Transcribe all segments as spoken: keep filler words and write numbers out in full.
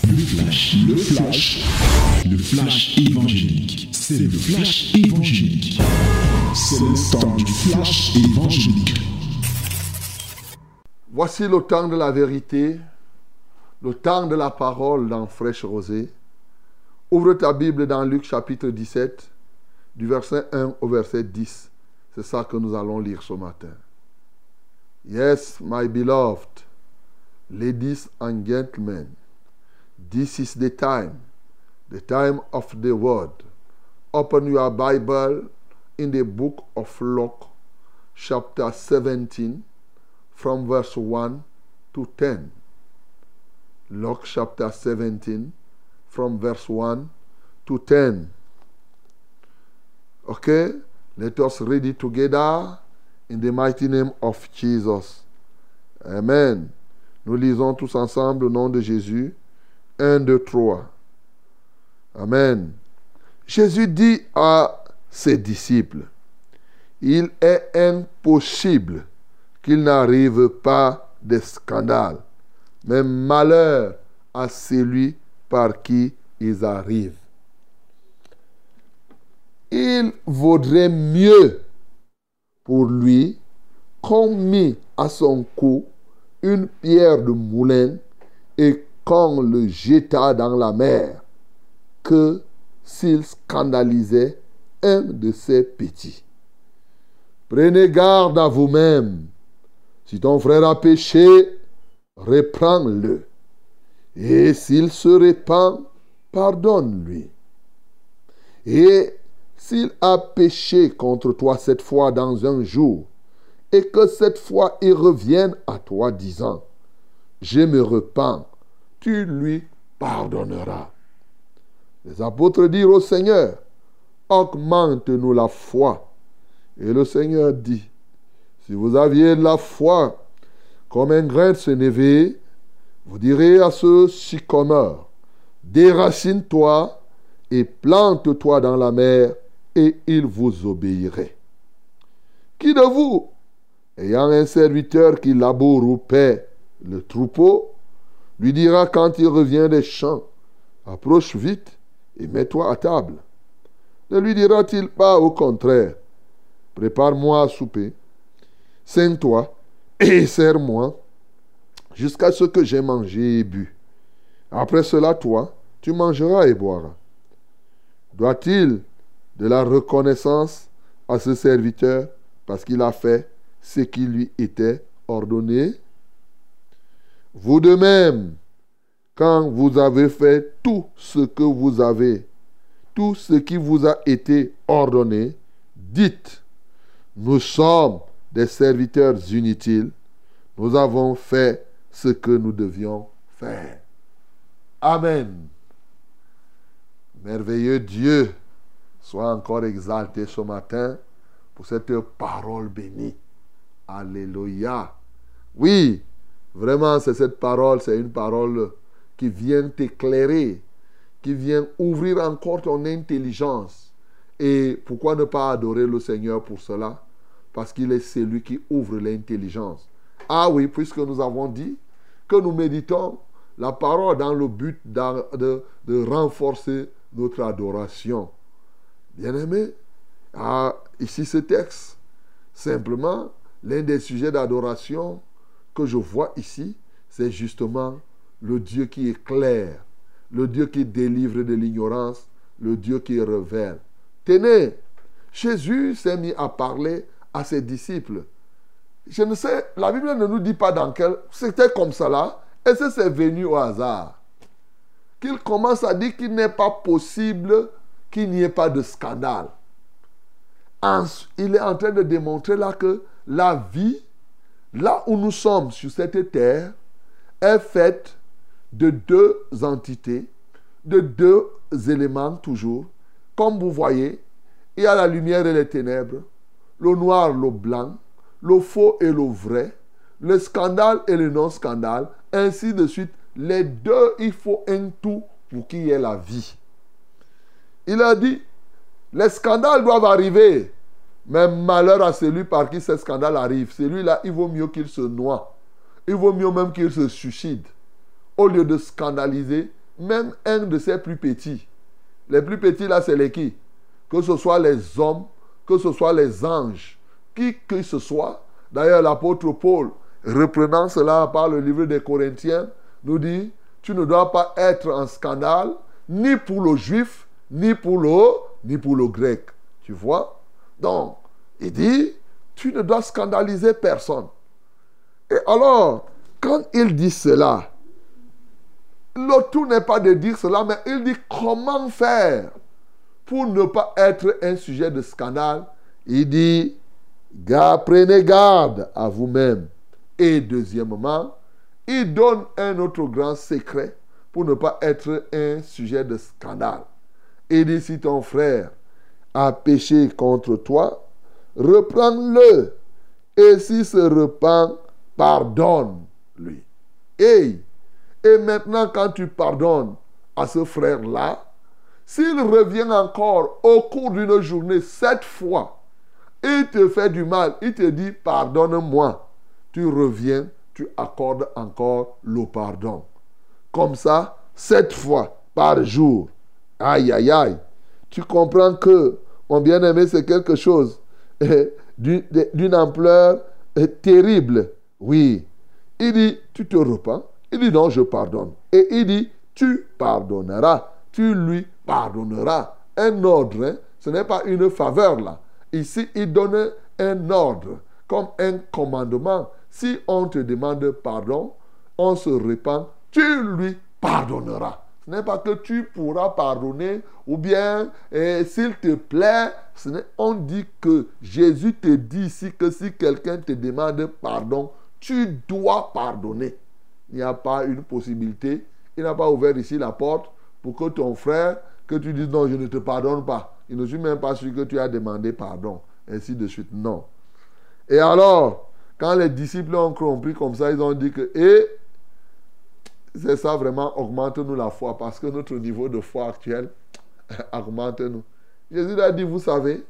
Le flash, le flash, le flash évangélique. C'est le flash évangélique. C'est le temps du flash évangélique. Voici le temps de la vérité, le temps de la parole dans Fraîche Rosée. Ouvre ta Bible dans Luc chapitre dix-sept, du verset un au verset dix. C'est ça que nous allons lire ce matin. Yes, my beloved, ladies and gentlemen, this is the time, the time of the word. Open your Bible in the book of Luke, chapter seventeen, from verse one to ten. Luke chapter seventeen, from verse one to ten. Okay? Let us read it together in the mighty name of Jesus. Amen. Nous lisons tous ensemble au nom de Jésus. un, deux, trois. Amen. Jésus dit à ses disciples, il est impossible qu'il n'arrive pas de scandale, mais malheur à celui par qui ils arrivent. Il vaudrait mieux pour lui qu'on mit à son cou une pierre de moulin et qu'on le jetât dans la mer, que s'il scandalisait un de ses petits. Prenez garde à vous-même. Si ton frère a péché, reprends-le. Et s'il se repent, pardonne-lui. Et s'il a péché contre toi cette fois dans un jour, et que cette fois il revienne à toi disant, je me repens, tu lui pardonneras. Les apôtres dirent au Seigneur, augmente-nous la foi. Et le Seigneur dit, si vous aviez la foi comme un grain de sénévé, vous direz à ce sycomore, déracine-toi et plante-toi dans la mer, et il vous obéirait. Qui de vous, ayant un serviteur qui laboure ou paie le troupeau, lui dira quand il revient des champs, approche vite et mets-toi à table? Ne lui dira-t-il pas au contraire, prépare-moi à souper, saigne-toi et sers-moi jusqu'à ce que j'ai mangé et bu. Après cela, toi, tu mangeras et boiras. Doit-il de la reconnaissance à ce serviteur parce qu'il a fait ce qui lui était ordonné? Vous de même, quand vous avez fait tout ce que vous avez, tout ce qui vous a été ordonné, dites, nous sommes des serviteurs inutiles, nous avons fait ce que nous devions faire. Amen. Merveilleux Dieu, sois encore exalté ce matin pour cette parole bénie. Alléluia. Oui, vraiment, c'est cette parole, c'est une parole qui vient t'éclairer, qui vient ouvrir encore ton intelligence. Et pourquoi ne pas adorer le Seigneur pour cela? Parce qu'il est celui qui ouvre l'intelligence. Ah oui, puisque nous avons dit que nous méditons la parole dans le but de, de renforcer notre adoration. Bien-aimé, ah, ici ce texte, simplement, l'un des sujets d'adoration que je vois ici, c'est justement le Dieu qui éclaire, le Dieu qui délivre de l'ignorance, le Dieu qui révèle. Tenez, Jésus s'est mis à parler à ses disciples. Je ne sais, la Bible ne nous dit pas dans quel... C'était comme ça là, et ça c'est venu au hasard. Qu'il commence à dire qu'il n'est pas possible qu'il n'y ait pas de scandale. Il est en train de démontrer là que la vie, là où nous sommes sur cette terre, est faite de deux entités, de deux éléments toujours. Comme vous voyez, il y a la lumière et les ténèbres, le noir, le blanc, le faux et le vrai, le scandale et le non-scandale, ainsi de suite. Les deux, il faut un tout pour qu'il y ait la vie. Il a dit, les scandales doivent arriver, mais malheur à celui par qui ces scandales arrivent. Celui-là, il vaut mieux qu'il se noie. Il vaut mieux même qu'il se suicide. Au lieu de scandaliser, même un de ses plus petits, les plus petits là, c'est les qui? Que ce soit les hommes, que ce soit les anges, qui que ce soit. D'ailleurs, l'apôtre Paul, reprenant cela par le livre des Corinthiens, nous dit, tu ne dois pas être en scandale, ni pour le juif, ni pour le, ni pour le grec. Tu vois? Donc, il dit, tu ne dois scandaliser personne. Et alors, quand il dit cela, le tout n'est pas de dire cela, mais il dit comment faire pour ne pas être un sujet de scandale. Il dit, prenez garde à vous-même. Et deuxièmement, il donne un autre grand secret pour ne pas être un sujet de scandale. Il dit, si ton frère a péché contre toi, reprends-le. Et s'il se repent, pardonne-lui. Et, et maintenant, quand tu pardonnes à ce frère-là, s'il revient encore au cours d'une journée sept fois, il te fait du mal, il te dit pardonne-moi. Tu reviens, tu accordes encore le pardon. Comme ça, sept fois par jour. Aïe, aïe, aïe. Tu comprends que, mon bien-aimé, c'est quelque chose eh, d'une, d'une ampleur eh, terrible. Oui. Il dit, tu te repens. Il dit, non, je pardonne. Et il dit, tu pardonneras. Tu lui pardonneras. Un ordre, hein? Ce n'est pas une faveur là. Ici, il donne un ordre, comme un commandement. Si on te demande pardon, on se repent, tu lui pardonneras. Ce n'est pas que tu pourras pardonner, ou bien, eh, s'il te plaît, ce n'est, on dit que Jésus te dit ici que si quelqu'un te demande pardon, tu dois pardonner. Il n'y a pas une possibilité. Il n'a pas ouvert ici la porte pour que ton frère, que tu dises non, je ne te pardonne pas. Il ne suis même pas sûr que tu as demandé pardon. Ainsi de suite. Non. Et alors, quand les disciples ont compris comme ça, ils ont dit que, et c'est ça vraiment, augmente-nous la foi, parce que notre niveau de foi actuel, augmente-nous. Jésus a dit, vous savez,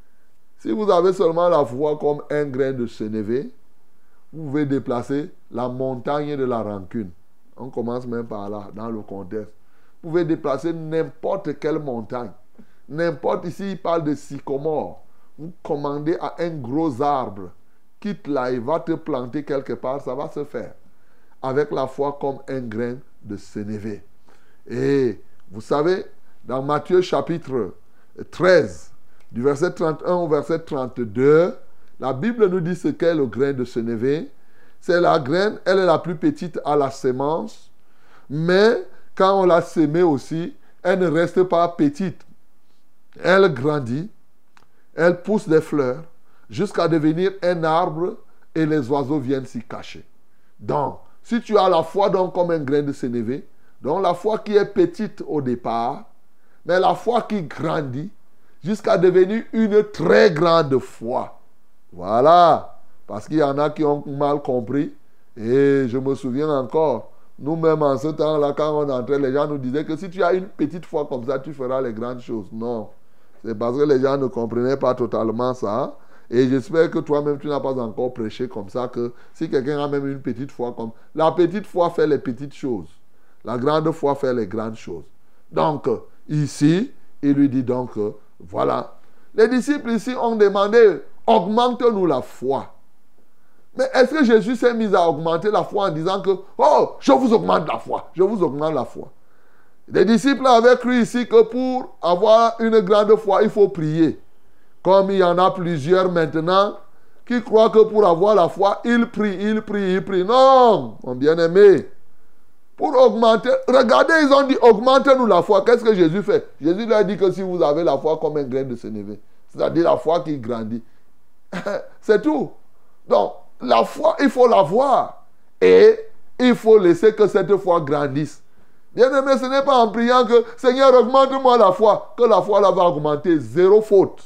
si vous avez seulement la foi comme un grain de sénévé, vous pouvez déplacer la montagne de la rancune. On commence même par là, dans le contexte. Vous pouvez déplacer n'importe quelle montagne. N'importe, ici, il parle de sycomore. Vous commandez à un gros arbre, quitte là, il va te planter quelque part, ça va se faire. Avec la foi comme un grain de sénévé. Et vous savez, dans Matthieu chapitre treize, du verset trente et un au verset trente-deux, la Bible nous dit ce qu'est le grain de sénévé. C'est la graine, elle est la plus petite à la sémence, mais quand on l'a sémée aussi, elle ne reste pas petite. Elle grandit, elle pousse des fleurs, jusqu'à devenir un arbre et les oiseaux viennent s'y cacher. Donc, si tu as la foi donc comme un grain de sénévé, donc la foi qui est petite au départ, mais la foi qui grandit jusqu'à devenir une très grande foi. Voilà. Parce qu'il y en a qui ont mal compris. Et je me souviens encore, nous-mêmes en ce temps-là, quand on entrait, les gens nous disaient que si tu as une petite foi comme ça, tu feras les grandes choses. Non. C'est parce que les gens ne comprenaient pas totalement ça. Et j'espère que toi-même, tu n'as pas encore prêché comme ça, que si quelqu'un a même une petite foi comme... La petite foi fait les petites choses. La grande foi fait les grandes choses. Donc, ici, il lui dit donc, voilà. Les disciples ici ont demandé, augmente-nous la foi. Mais est-ce que Jésus s'est mis à augmenter la foi en disant que, oh, je vous augmente la foi, je vous augmente la foi. Les disciples avaient cru ici que pour avoir une grande foi, il faut prier. Comme il y en a plusieurs maintenant qui croient que pour avoir la foi, ils prient, ils prient, ils prient. Non, mon bien-aimé. Pour augmenter, regardez, ils ont dit, augmentez-nous la foi. Qu'est-ce que Jésus fait? Jésus leur a dit que si vous avez la foi comme un grain de sénévé, c'est-à-dire la foi qui grandit, c'est tout. Donc, la foi, il faut l'avoir. Et il faut laisser que cette foi grandisse. Bien-aimé, ce n'est pas en priant que Seigneur, augmente-moi la foi, que la foi là va augmenter. Zéro faute.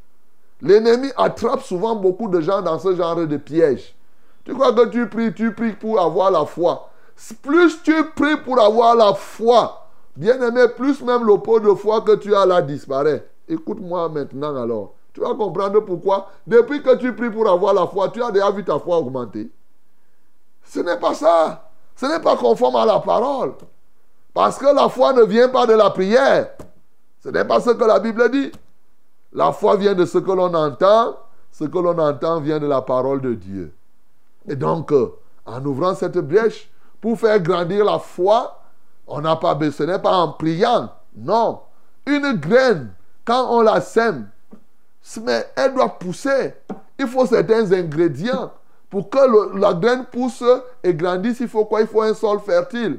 L'ennemi attrape souvent beaucoup de gens dans ce genre de piège. Tu crois que tu pries, tu pries pour avoir la foi. Plus tu pries pour avoir la foi, bien-aimé, plus même le pot de foi que tu as là disparaît. Écoute-moi maintenant alors. Tu vas comprendre pourquoi. Depuis que tu pries pour avoir la foi, tu as déjà vu ta foi augmenter. Ce n'est pas ça. Ce n'est pas conforme à la parole. Parce que la foi ne vient pas de la prière. Ce n'est pas ce que la Bible dit. La foi vient de ce que l'on entend. Ce que l'on entend vient de la parole de Dieu. Et donc, en ouvrant cette brèche, pour faire grandir la foi, on n'a pas besoin, ce n'est pas en priant. Non. Une graine, quand on la sème, mais elle doit pousser. Il faut certains ingrédients. Pour que le, la graine pousse et grandisse, il faut quoi? Il faut un sol fertile.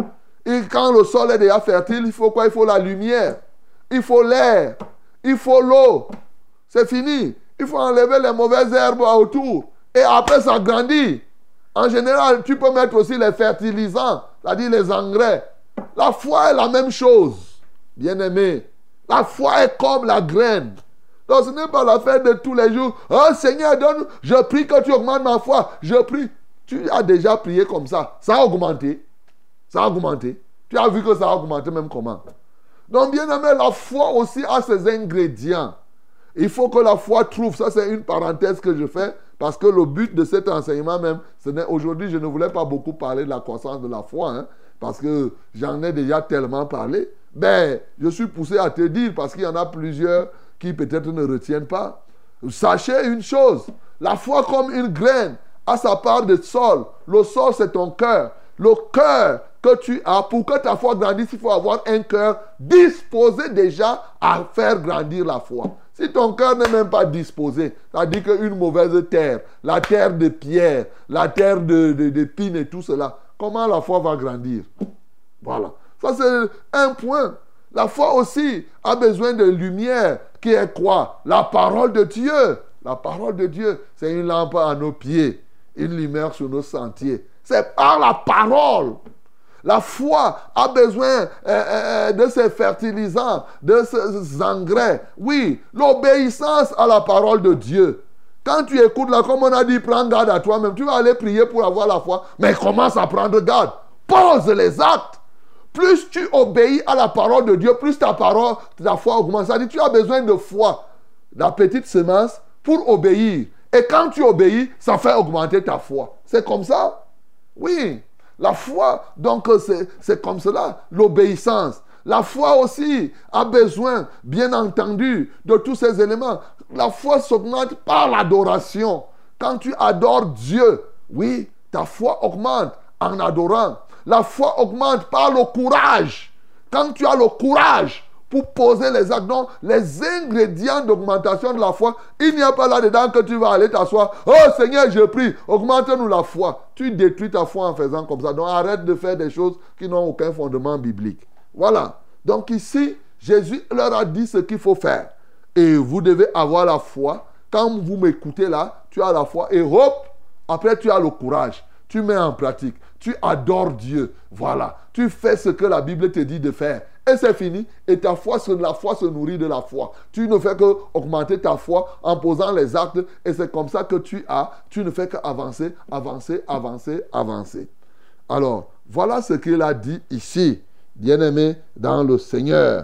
Et quand le sol est déjà fertile, il faut quoi? Il faut la lumière. Il faut l'air. Il faut l'eau. C'est fini. Il faut enlever les mauvaises herbes autour. Et après, ça grandit. En général, tu peux mettre aussi les fertilisants, c'est-à-dire les engrais. La foi est la même chose, bien-aimé. La foi est comme la graine. Donc, ce n'est pas l'affaire de tous les jours. Oh Seigneur, donne, je prie que tu augmentes ma foi. Je prie. Tu as déjà prié comme ça. Ça a augmenté. Ça a augmenté. Tu as vu que ça a augmenté même comment. Donc, bien-aimé, la foi aussi a ses ingrédients. Il faut que la foi trouve. Ça, c'est une parenthèse que je fais. Parce que le but de cet enseignement même, aujourd'hui, je ne voulais pas beaucoup parler de la croissance de la foi. Hein, parce que j'en ai déjà tellement parlé. Mais je suis poussé à te dire, parce qu'il y en a plusieurs qui peut-être ne retiennent pas. Sachez une chose, la foi comme une graine a sa part de sol. Le sol, c'est ton cœur. Le cœur que tu as, pour que ta foi grandisse, il faut avoir un cœur disposé déjà à faire grandir la foi. Si ton cœur n'est même pas disposé, c'est-à-dire qu'une mauvaise terre, la terre de pierre, la terre de, de, de pine et tout cela, comment la foi va grandir? Voilà. Ça, c'est un point. La foi aussi a besoin de lumière qui est quoi? La parole de Dieu. La parole de Dieu, c'est une lampe à nos pieds, une lumière sur nos sentiers. C'est par la parole. La foi a besoin euh, euh, de ces fertilisants, de ces engrais. Oui, l'obéissance à la parole de Dieu. Quand tu écoutes là, comme on a dit, prends garde à toi-même. Tu vas aller prier pour avoir la foi, mais commence à prendre garde. Pose les actes. Plus tu obéis à la parole de Dieu, plus ta parole, ta foi augmente. C'est-à-dire tu as besoin de foi, la petite semence, pour obéir. Et quand tu obéis, ça fait augmenter ta foi. C'est comme ça? Oui. La foi, donc c'est, c'est comme cela, l'obéissance. La foi aussi a besoin, bien entendu, de tous ces éléments. La foi s'augmente par l'adoration. Quand tu adores Dieu, oui, ta foi augmente en adorant. La foi augmente par le courage. Quand tu as le courage pour poser les actes, donc les ingrédients d'augmentation de la foi, il n'y a pas là-dedans que tu vas aller t'asseoir. Oh Seigneur, je prie, augmente-nous la foi. Tu détruis ta foi en faisant comme ça. Donc arrête de faire des choses qui n'ont aucun fondement biblique. Voilà. Donc ici, Jésus leur a dit ce qu'il faut faire. Et vous devez avoir la foi. Quand vous m'écoutez là, tu as la foi. Et hop, après tu as le courage. Tu mets en pratique. Tu adores Dieu. Voilà. Tu fais ce que la Bible te dit de faire. Et c'est fini. Et ta foi, la foi se nourrit de la foi. Tu ne fais que augmenter ta foi en posant les actes. Et c'est comme ça que tu as. Tu ne fais qu'avancer, avancer, avancer, avancer. Alors, voilà ce qu'il a dit ici, bien-aimé dans le Seigneur.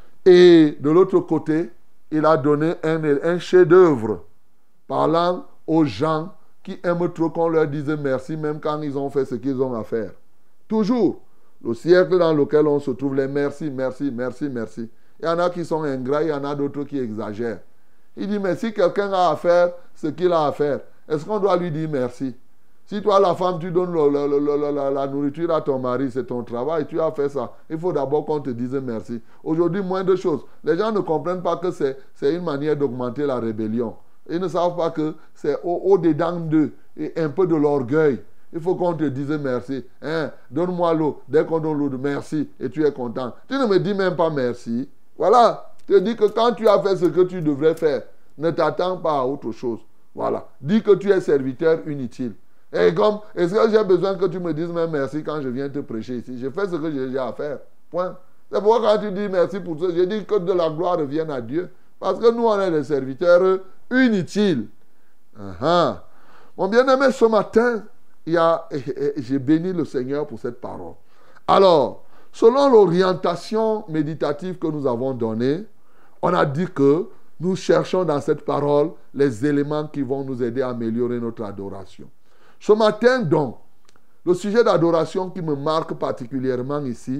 Et de l'autre côté, il a donné un, un chef-d'œuvre parlant aux gens qui aiment trop qu'on leur dise merci, même quand ils ont fait ce qu'ils ont à faire. Toujours. Le siècle dans lequel on se trouve, les merci, merci, merci, merci. Il y en a qui sont ingrats, il y en a d'autres qui exagèrent. Il dit, mais si quelqu'un a à faire ce qu'il a à faire, est-ce qu'on doit lui dire merci? Si toi, la femme, tu donnes le, le, le, le, la, la nourriture à ton mari, c'est ton travail, tu as fait ça. Il faut d'abord qu'on te dise merci. Aujourd'hui, moins de choses. Les gens ne comprennent pas que c'est, c'est une manière d'augmenter la rébellion. Ils ne savent pas que c'est au, au-dedans d'eux et un peu de l'orgueil. Il faut qu'on te dise merci. Hein? Donne-moi l'eau. Dès qu'on donne l'eau, merci. Et tu es content. Tu ne me dis même pas merci. Voilà. Je te dis que quand tu as fait ce que tu devrais faire, ne t'attends pas à autre chose. Voilà. Dis que tu es serviteur inutile. Et comme, est-ce que j'ai besoin que tu me dises même merci quand je viens te prêcher ici? Je fais ce que j'ai à faire. Point. C'est pourquoi quand tu dis merci pour ça, je dis que de la gloire revienne à Dieu. Parce que nous, on est des serviteurs inutiles. Uh-huh. Mon bien-aimé, ce matin, il y a, j'ai béni le Seigneur pour cette parole. Alors, selon l'orientation méditative que nous avons donnée, on a dit que nous cherchons dans cette parole les éléments qui vont nous aider à améliorer notre adoration. Ce matin, donc, le sujet d'adoration qui me marque particulièrement ici,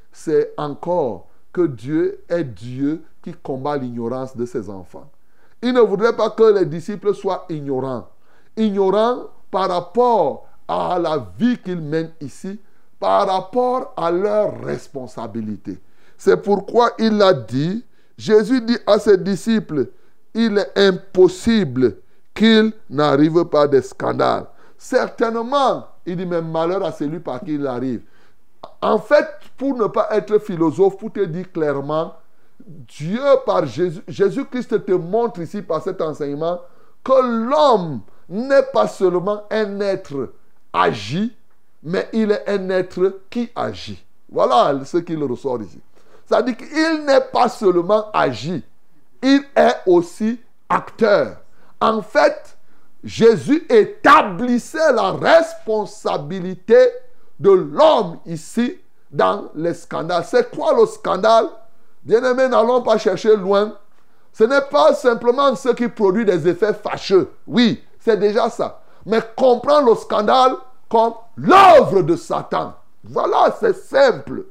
c'est encore que Dieu est Dieu qui combat l'ignorance de ses enfants. Il ne voudrait pas que les disciples soient ignorants. Ignorants par rapport à la vie qu'ils mènent ici, par rapport à leurs responsabilités. C'est pourquoi il a dit, Jésus dit à ses disciples, il est impossible qu'il n'arrive pas des scandales. Certainement, il dit, mais malheur à celui par qui il arrive. En fait, pour ne pas être philosophe, pour te dire clairement, Dieu par Jésus, Jésus-Christ te montre ici par cet enseignement que l'homme n'est pas seulement un être agi, mais il est un être qui agit. Voilà ce qu'il ressort ici. C'est-à-dire qu'il n'est pas seulement agi, il est aussi acteur. En fait, Jésus établissait la responsabilité de l'homme ici dans les scandales. C'est quoi le scandale? Bien-aimés, n'allons pas chercher loin. Ce n'est pas simplement ce qui produit des effets fâcheux. Oui, c'est déjà ça. Mais comprends le scandale comme l'œuvre de Satan. Voilà, c'est simple.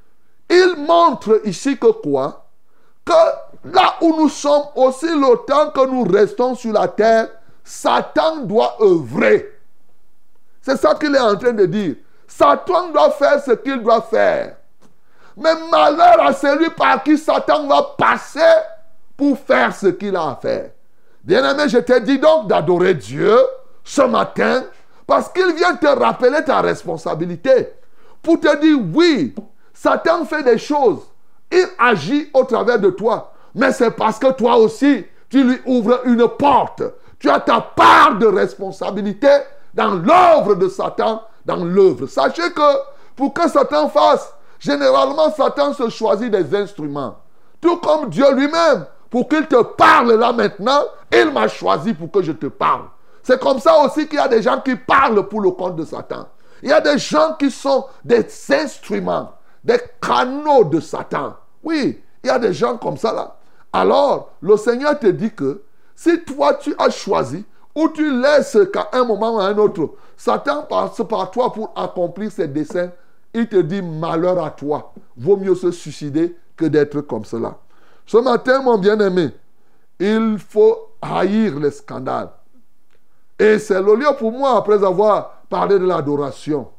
Il montre ici que quoi? Que là où nous sommes, aussi le temps que nous restons sur la terre, Satan doit œuvrer. C'est ça qu'il est en train de dire. Satan doit faire ce qu'il doit faire. Mais malheur à celui par qui Satan va passer pour faire ce qu'il a à faire. Bien-aimé, je te dis donc d'adorer Dieu ce matin parce qu'il vient te rappeler ta responsabilité. Pour te dire, oui, Satan fait des choses. Il agit au travers de toi. Mais c'est parce que toi aussi, tu lui ouvres une porte. Tu as ta part de responsabilité dans l'œuvre de Satan, dans l'œuvre. Sachez que pour que Satan fasse, généralement, Satan se choisit des instruments. Tout comme Dieu lui-même. Pour qu'il te parle là maintenant, il m'a choisi pour que je te parle. C'est comme ça aussi qu'il y a des gens qui parlent pour le compte de Satan. Il y a des gens qui sont des instruments, des canaux de Satan. Oui, il y a des gens comme ça là. Alors, le Seigneur te dit que si toi tu as choisi ou tu laisses qu'à un moment ou à un autre, Satan passe par toi pour accomplir ses desseins, il te dit malheur à toi. Vaut mieux se suicider que d'être comme cela. Ce matin, mon bien-aimé, il faut haïr les scandales. Et c'est le lieu pour moi, après avoir parlé de l'adoration.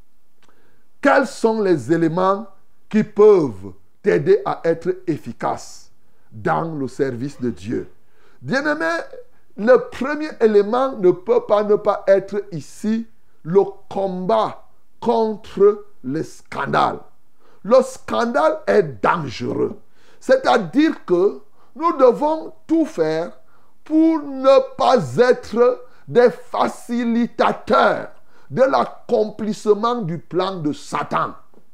Quels sont les éléments qui peuvent t'aider à être efficace dans le service de Dieu? Bien-aimé, le premier élément ne peut pas ne pas être ici le combat contre les scandales. Le scandale est dangereux. C'est-à-dire que nous devons tout faire pour ne pas être des facilitateurs de l'accomplissement du plan de Satan.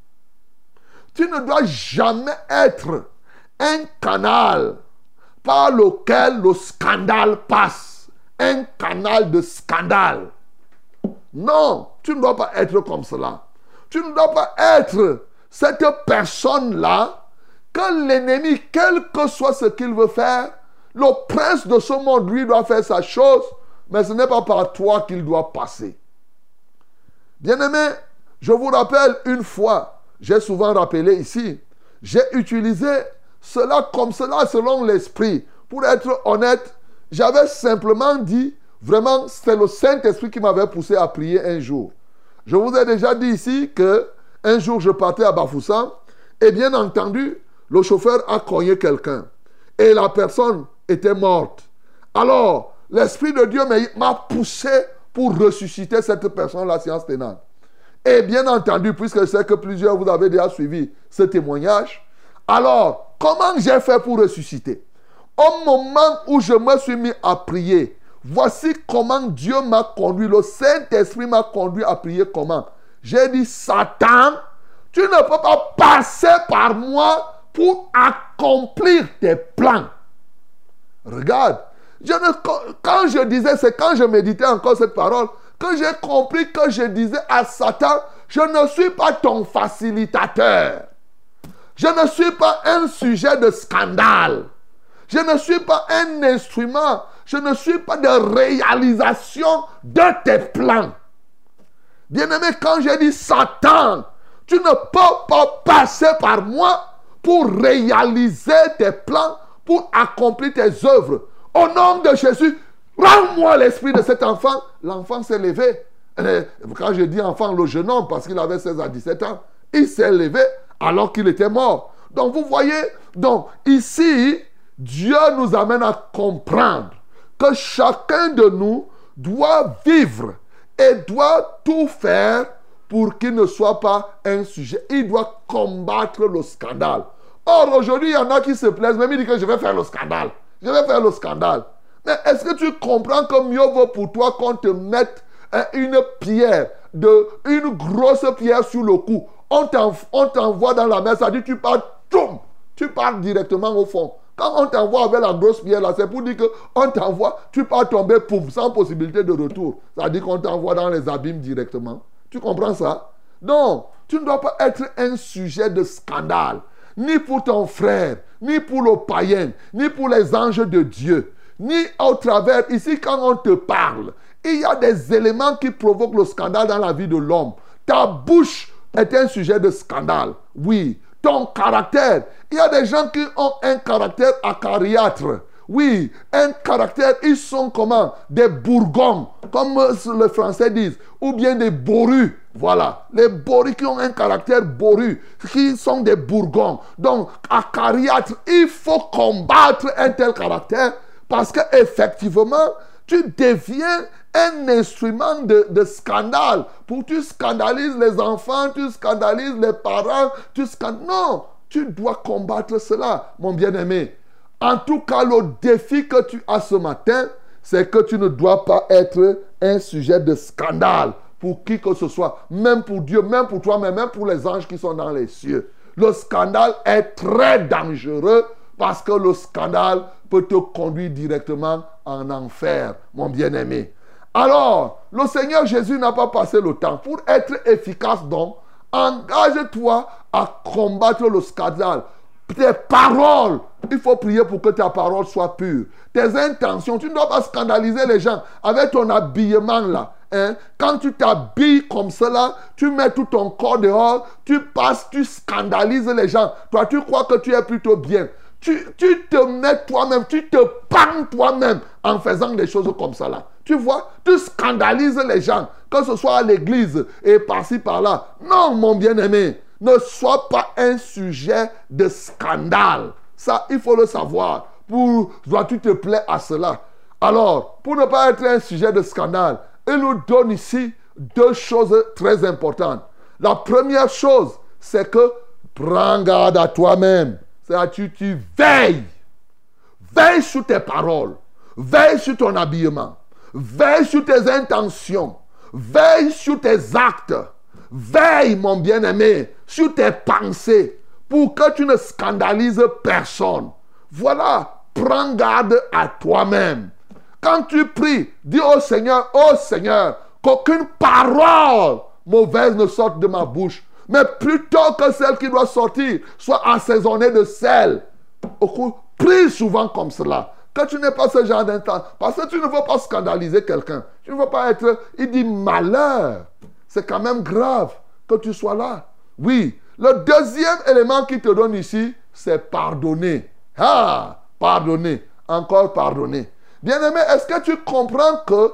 Tu ne dois jamais être un canal par lequel le scandale passe. Un canal de scandale. Non, tu ne dois pas être comme cela. Tu ne dois pas être cette personne-là que l'ennemi, quel que soit ce qu'il veut faire, le prince de ce monde, lui, doit faire sa chose, mais ce n'est pas par toi qu'il doit passer. Bien-aimé, je vous rappelle une fois, j'ai souvent rappelé ici, j'ai utilisé cela comme cela selon l'esprit. Pour être honnête, j'avais simplement dit, vraiment, c'est le Saint-Esprit qui m'avait poussé à prier un jour. Je vous ai déjà dit ici que un jour je partais à Bafoussam et bien entendu, le chauffeur a cogné quelqu'un et la personne était morte. Alors, l'Esprit de Dieu m'a poussé pour ressusciter cette personne-là, science tenante. Et bien entendu, puisque je sais que plusieurs vous avez déjà suivi ce témoignage, alors, comment j'ai fait pour ressusciter? Au moment où je me suis mis à prier, voici comment Dieu m'a conduit. Le Saint-Esprit m'a conduit à prier comment? J'ai dit, Satan, tu ne peux pas passer par moi pour accomplir tes plans. Regarde, je ne, quand je disais, c'est quand je méditais encore cette parole, que j'ai compris que je disais à Satan, je ne suis pas ton facilitateur. Je ne suis pas un sujet de scandale. Je ne suis pas un instrument. Je ne suis pas de réalisation de tes plans. Bien-aimé, quand j'ai dit Satan, Tu ne peux pas passer par moi pour réaliser tes plans, pour accomplir tes œuvres. Au nom de Jésus, rends-moi l'esprit de cet enfant. L'enfant s'est levé. Quand je dis enfant, le jeune homme, parce qu'il avait seize à dix-sept ans, il s'est levé alors qu'il était mort. Donc vous voyez, donc ici, Dieu nous amène à comprendre que chacun de nous doit vivre et doit tout faire pour qu'il ne soit pas un sujet. Il doit combattre le scandale. Or, aujourd'hui, il y en a qui se plaisent, même ils disent que je vais faire le scandale. Je vais faire le scandale. Mais est-ce que tu comprends que mieux vaut pour toi qu'on te mette hein, une pierre, de, une grosse pierre sur le cou. On t'envoie dans la mer, ça dit tu pars, toum, tu pars directement au fond. Quand on t'envoie avec la grosse pierre là, c'est pour dire qu'on t'envoie, tu pars tomber, poum, sans possibilité de retour. Ça dit qu'on t'envoie dans les abîmes directement. Tu comprends ça? Non, tu ne dois pas être un sujet de scandale, ni pour ton frère, ni pour le païen, ni pour les anges de Dieu, ni au travers. Ici, quand on te parle, il y a des éléments qui provoquent le scandale dans la vie de l'homme. Ta bouche est un sujet de scandale. Oui, ton caractère. Il y a des gens qui ont un caractère acariâtre. Oui, un caractère, ils sont comment? Des bourgons, comme les Français disent, ou bien des borus. Voilà, les borus qui ont un caractère boru, qui sont des bourgons. Donc, acariâtre, il faut combattre un tel caractère parce qu'effectivement, tu deviens un instrument de, de scandale. Pour tu scandalises les enfants, tu scandalises les parents, tu scandalises... Non, tu dois combattre cela, mon bien-aimé. En tout cas, le défi que tu as ce matin, c'est que tu ne dois pas être un sujet de scandale pour qui que ce soit, même pour Dieu, même pour toi-même, même pour les anges qui sont dans les cieux. Le scandale est très dangereux parce que le scandale peut te conduire directement en enfer, mon bien-aimé. Alors, le Seigneur Jésus n'a pas passé le temps. Pour être efficace donc, engage-toi à combattre le scandale. Tes paroles, il faut prier pour que ta parole soit pure. Tes intentions, tu ne dois pas scandaliser les gens avec ton habillement là. Hein? Quand tu t'habilles comme cela, tu mets tout ton corps dehors, tu passes, tu scandalises les gens. Toi, tu crois que tu es plutôt bien. Tu, tu te mets toi-même, tu te pends toi-même en faisant des choses comme ça là. Tu vois, tu scandalises les gens, que ce soit à l'église et par-ci par-là. Non, mon bien-aimé, ne sois pas un sujet de scandale. Ça, il faut le savoir. Pour, dois-tu te plaire à cela? Alors, pour ne pas être un sujet de scandale, il nous donne ici deux choses très importantes. La première chose, c'est que prends garde à toi-même. C'est-à-dire, tu, tu veilles. Veille sur tes paroles. Veille sur ton habillement. Veille sur tes intentions. Veille sur tes actes. Veille, mon bien-aimé, sur tes pensées pour que tu ne scandalises personne. Voilà, prends garde à toi-même. Quand tu pries, dis au Seigneur, oh Seigneur, qu'aucune parole mauvaise ne sorte de ma bouche, mais plutôt que celle qui doit sortir soit assaisonnée de sel. Prie souvent comme cela. Que tu n'aies pas ce genre d'intention. Parce que tu ne veux pas scandaliser quelqu'un. Tu ne veux pas être... Il dit malheur. C'est quand même grave que tu sois là. Oui. Le deuxième élément qu'il te donne ici, c'est pardonner. Ah, pardonner. Encore pardonner. Bien-aimé, est-ce que tu comprends que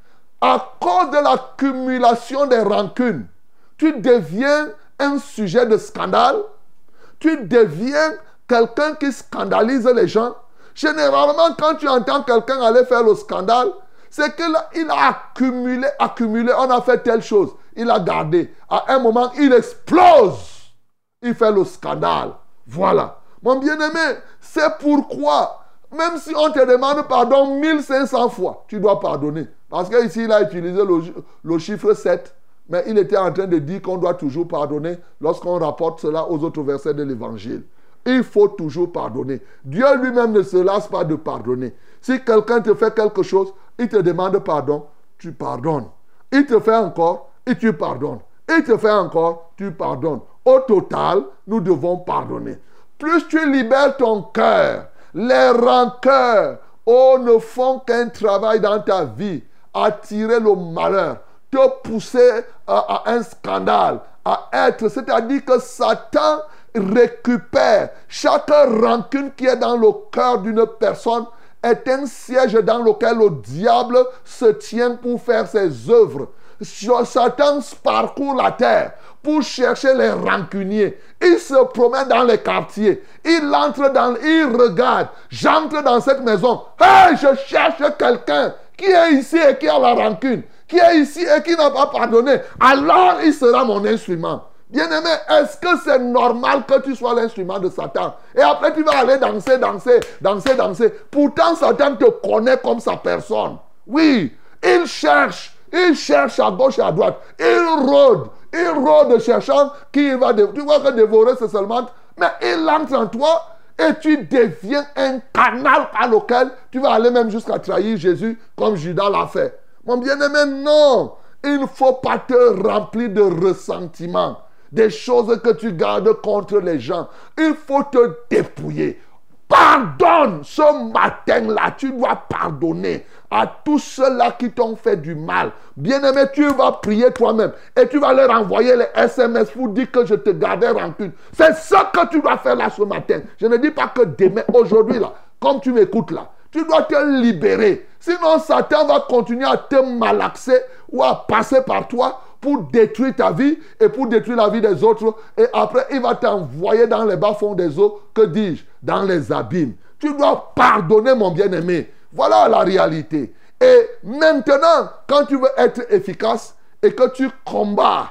à cause de l'accumulation des rancunes, tu deviens un sujet de scandale? Tu deviens quelqu'un qui scandalise les gens? Généralement, quand tu entends quelqu'un aller faire le scandale, c'est qu'il a accumulé, accumulé, on a fait telle chose, il a gardé. À un moment, il explose. Il fait le scandale. Voilà. Mon bien-aimé, c'est pourquoi, même si on te demande pardon mille cinq cents fois, tu dois pardonner. Parce qu'ici, il a utilisé le, le chiffre sept, mais il était en train de dire qu'on doit toujours pardonner lorsqu'on rapporte cela aux autres versets de l'Évangile. Il faut toujours pardonner. Dieu lui-même ne se lasse pas de pardonner. Si quelqu'un te fait quelque chose, il te demande pardon, tu pardonnes. Il te fait encore, et tu pardonnes. Il te fait encore, tu pardonnes. Au total, nous devons pardonner. Plus tu libères ton cœur, les rancœurs, oh, ne font qu'un travail dans ta vie, attirer le malheur. te pousser à, à un scandale, à être, c'est-à-dire que Satan récupère chaque rancune qui est dans le cœur d'une personne est un siège dans lequel le diable se tient pour faire ses œuvres. Satan parcourt la terre pour chercher les rancuniers. Il se promène dans les quartiers. Il entre dans... Il regarde. J'entre dans cette maison. Hey, je cherche quelqu'un qui est ici et qui a la rancune. Qui est ici et qui n'a pas pardonné. Alors, il sera mon instrument. Bien-aimé, est-ce que c'est normal que tu sois l'instrument de Satan? Et après, tu vas aller danser, danser, danser, danser. Pourtant, Satan te connaît comme sa personne. Oui, il cherche. Il cherche à gauche et à droite. Il rôde. Il rôde cherchant qui il va dévorer. Tu vois que dévorer, c'est seulement... Mais il entre en toi et tu deviens un canal par lequel tu vas aller même jusqu'à trahir Jésus comme Judas l'a fait. Mon bien-aimé, non. Il ne faut pas te remplir de ressentiment. Des choses que tu gardes contre les gens. Il faut te dépouiller. Pardonne ce matin-là. Tu dois pardonner à tous ceux-là qui t'ont fait du mal. Bien-aimé, tu vas prier toi-même et tu vas leur envoyer les S M S pour dire que je te gardais rancune. C'est ce que tu dois faire là ce matin. Je ne dis pas que demain, aujourd'hui là, comme tu m'écoutes là, tu dois te libérer. Sinon, Satan va continuer à te malaxer ou à passer par toi pour détruire ta vie et pour détruire la vie des autres. Et après, il va t'envoyer dans les bas-fonds des eaux, que dis-je, dans les abîmes. Tu dois pardonner, mon bien-aimé. Voilà la réalité. Et maintenant, quand tu veux être efficace et que tu combats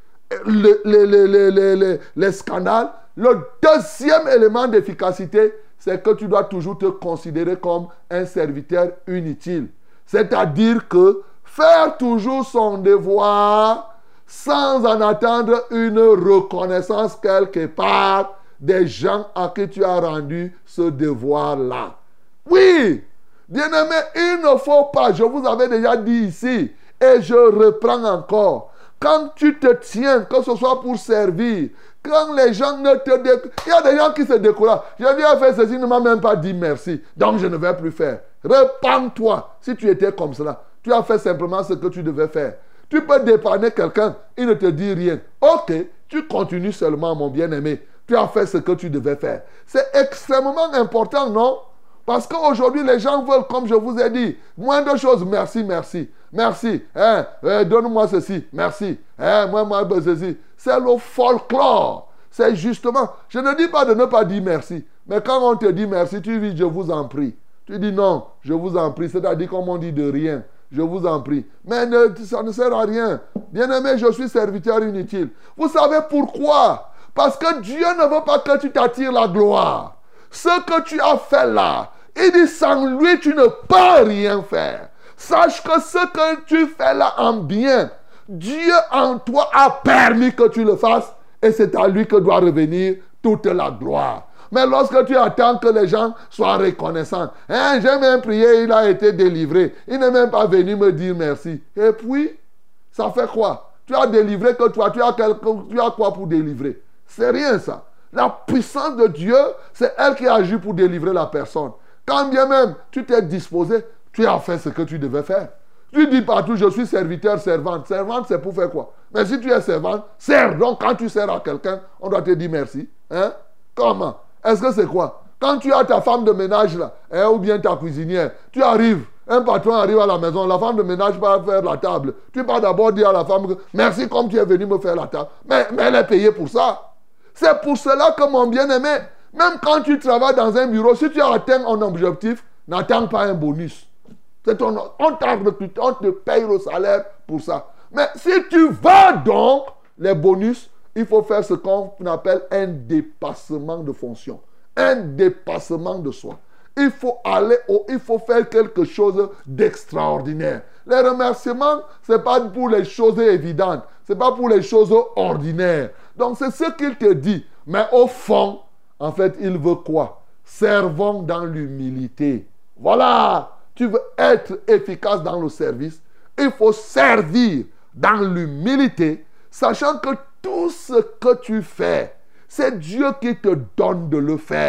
les, les, les, les, les, les, les scandales, le deuxième élément d'efficacité, c'est que tu dois toujours te considérer comme un serviteur inutile. C'est-à-dire que faire toujours son devoir sans en attendre une reconnaissance quelque part des gens à qui tu as rendu ce devoir-là. Oui, bien-aimé, il ne faut pas, je vous avais déjà dit ici, et je reprends encore, quand tu te tiens, que ce soit pour servir, quand les gens ne te découragent, il y a des gens qui se découragent. Je viens faire ceci, il ne m'a même pas dit merci, donc je ne vais plus faire. Repends-toi, si tu étais comme cela. Tu as fait simplement ce que tu devais faire. Tu peux dépanner quelqu'un, il ne te dit rien. Ok, tu continues seulement, mon bien-aimé. Tu as fait ce que tu devais faire. C'est extrêmement important, non? Parce qu'aujourd'hui, les gens veulent, comme je vous ai dit, moins de choses. Merci, merci. Merci. Hein, euh, donne-moi ceci. Merci. Hein, moi, moi, ceci. C'est le folklore. C'est justement... Je ne dis pas de ne pas dire merci. Mais quand on te dit merci, tu dis je vous en prie. Tu dis non, je vous en prie. C'est-à-dire comme on dit de rien. Je vous en prie. Mais ne, ça ne sert à rien. Bien-aimé, je suis serviteur inutile. Vous savez pourquoi? Parce que Dieu ne veut pas que tu t'attires la gloire. Ce que tu as fait là, il dit sans lui, tu ne peux rien faire. Sache que ce que tu fais là en bien, Dieu en toi a permis que tu le fasses et c'est à lui que doit revenir toute la gloire. Mais lorsque tu attends que les gens soient reconnaissants, hein, j'ai même prié, il a été délivré. Il n'est même pas venu me dire merci. Et puis, ça fait quoi? Tu as délivré que toi, tu as, quelque, tu as quoi pour délivrer? C'est rien ça. La puissance de Dieu, c'est elle qui agit pour délivrer la personne. Quand bien même tu t'es disposé, tu as fait ce que tu devais faire. Tu dis partout, je suis serviteur, servante. Servante, c'est pour faire quoi? Mais si tu es servante, sers. Donc quand tu sers à quelqu'un, on doit te dire merci. Hein? Comment? Est-ce que c'est quoi? Quand tu as ta femme de ménage là, hein, ou bien ta cuisinière, tu arrives, un patron arrive à la maison, la femme de ménage va faire la table. Tu vas d'abord dire à la femme que merci comme tu es venu me faire la table. Mais, mais elle est payée pour ça. C'est pour cela que mon bien-aimé, même quand tu travailles dans un bureau, si tu as atteint un objectif, n'attends pas un bonus. C'est ton, on t'a recruté, on te paye le salaire pour ça. Mais si tu veux donc les bonus, il faut faire ce qu'on appelle un dépassement de fonction, un dépassement de soi. Il faut aller, au, il faut faire quelque chose d'extraordinaire. Les remerciements, ce n'est pas pour les choses évidentes, ce n'est pas pour les choses ordinaires. Donc c'est ce qu'il te dit. Mais au fond, en fait, il veut quoi? Servons dans l'humilité. Voilà, tu veux être efficace dans le service, il faut servir dans l'humilité, sachant que tout ce que tu fais, c'est Dieu qui te donne de le faire.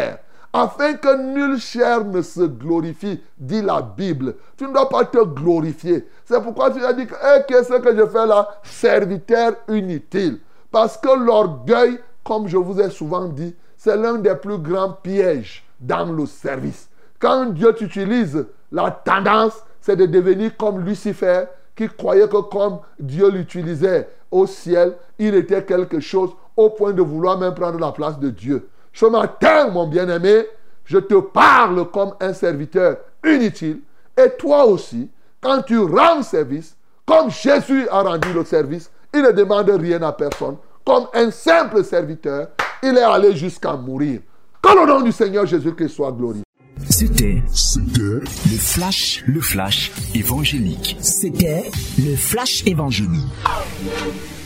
afin que nulle chair ne se glorifie, dit la Bible. Tu ne dois pas te glorifier. C'est pourquoi tu as dit que hey, qu'est-ce que je fais là? Serviteur inutile. Parce que l'orgueil, comme je vous ai souvent dit, c'est l'un des plus grands pièges dans le service. Quand Dieu t'utilise, la tendance, c'est de devenir comme Lucifer, qui croyait que comme Dieu l'utilisait au ciel, il était quelque chose au point de vouloir même prendre la place de Dieu. Ce matin, mon bien-aimé, je te parle comme un serviteur inutile. Et toi aussi, quand tu rends service, comme Jésus a rendu le service, il ne demande rien à personne. Comme un simple serviteur, il est allé jusqu'à mourir. Que le nom du Seigneur Jésus-Christ soit glorifié. C'était, C'était le flash, le flash évangélique. C'était le flash évangélique.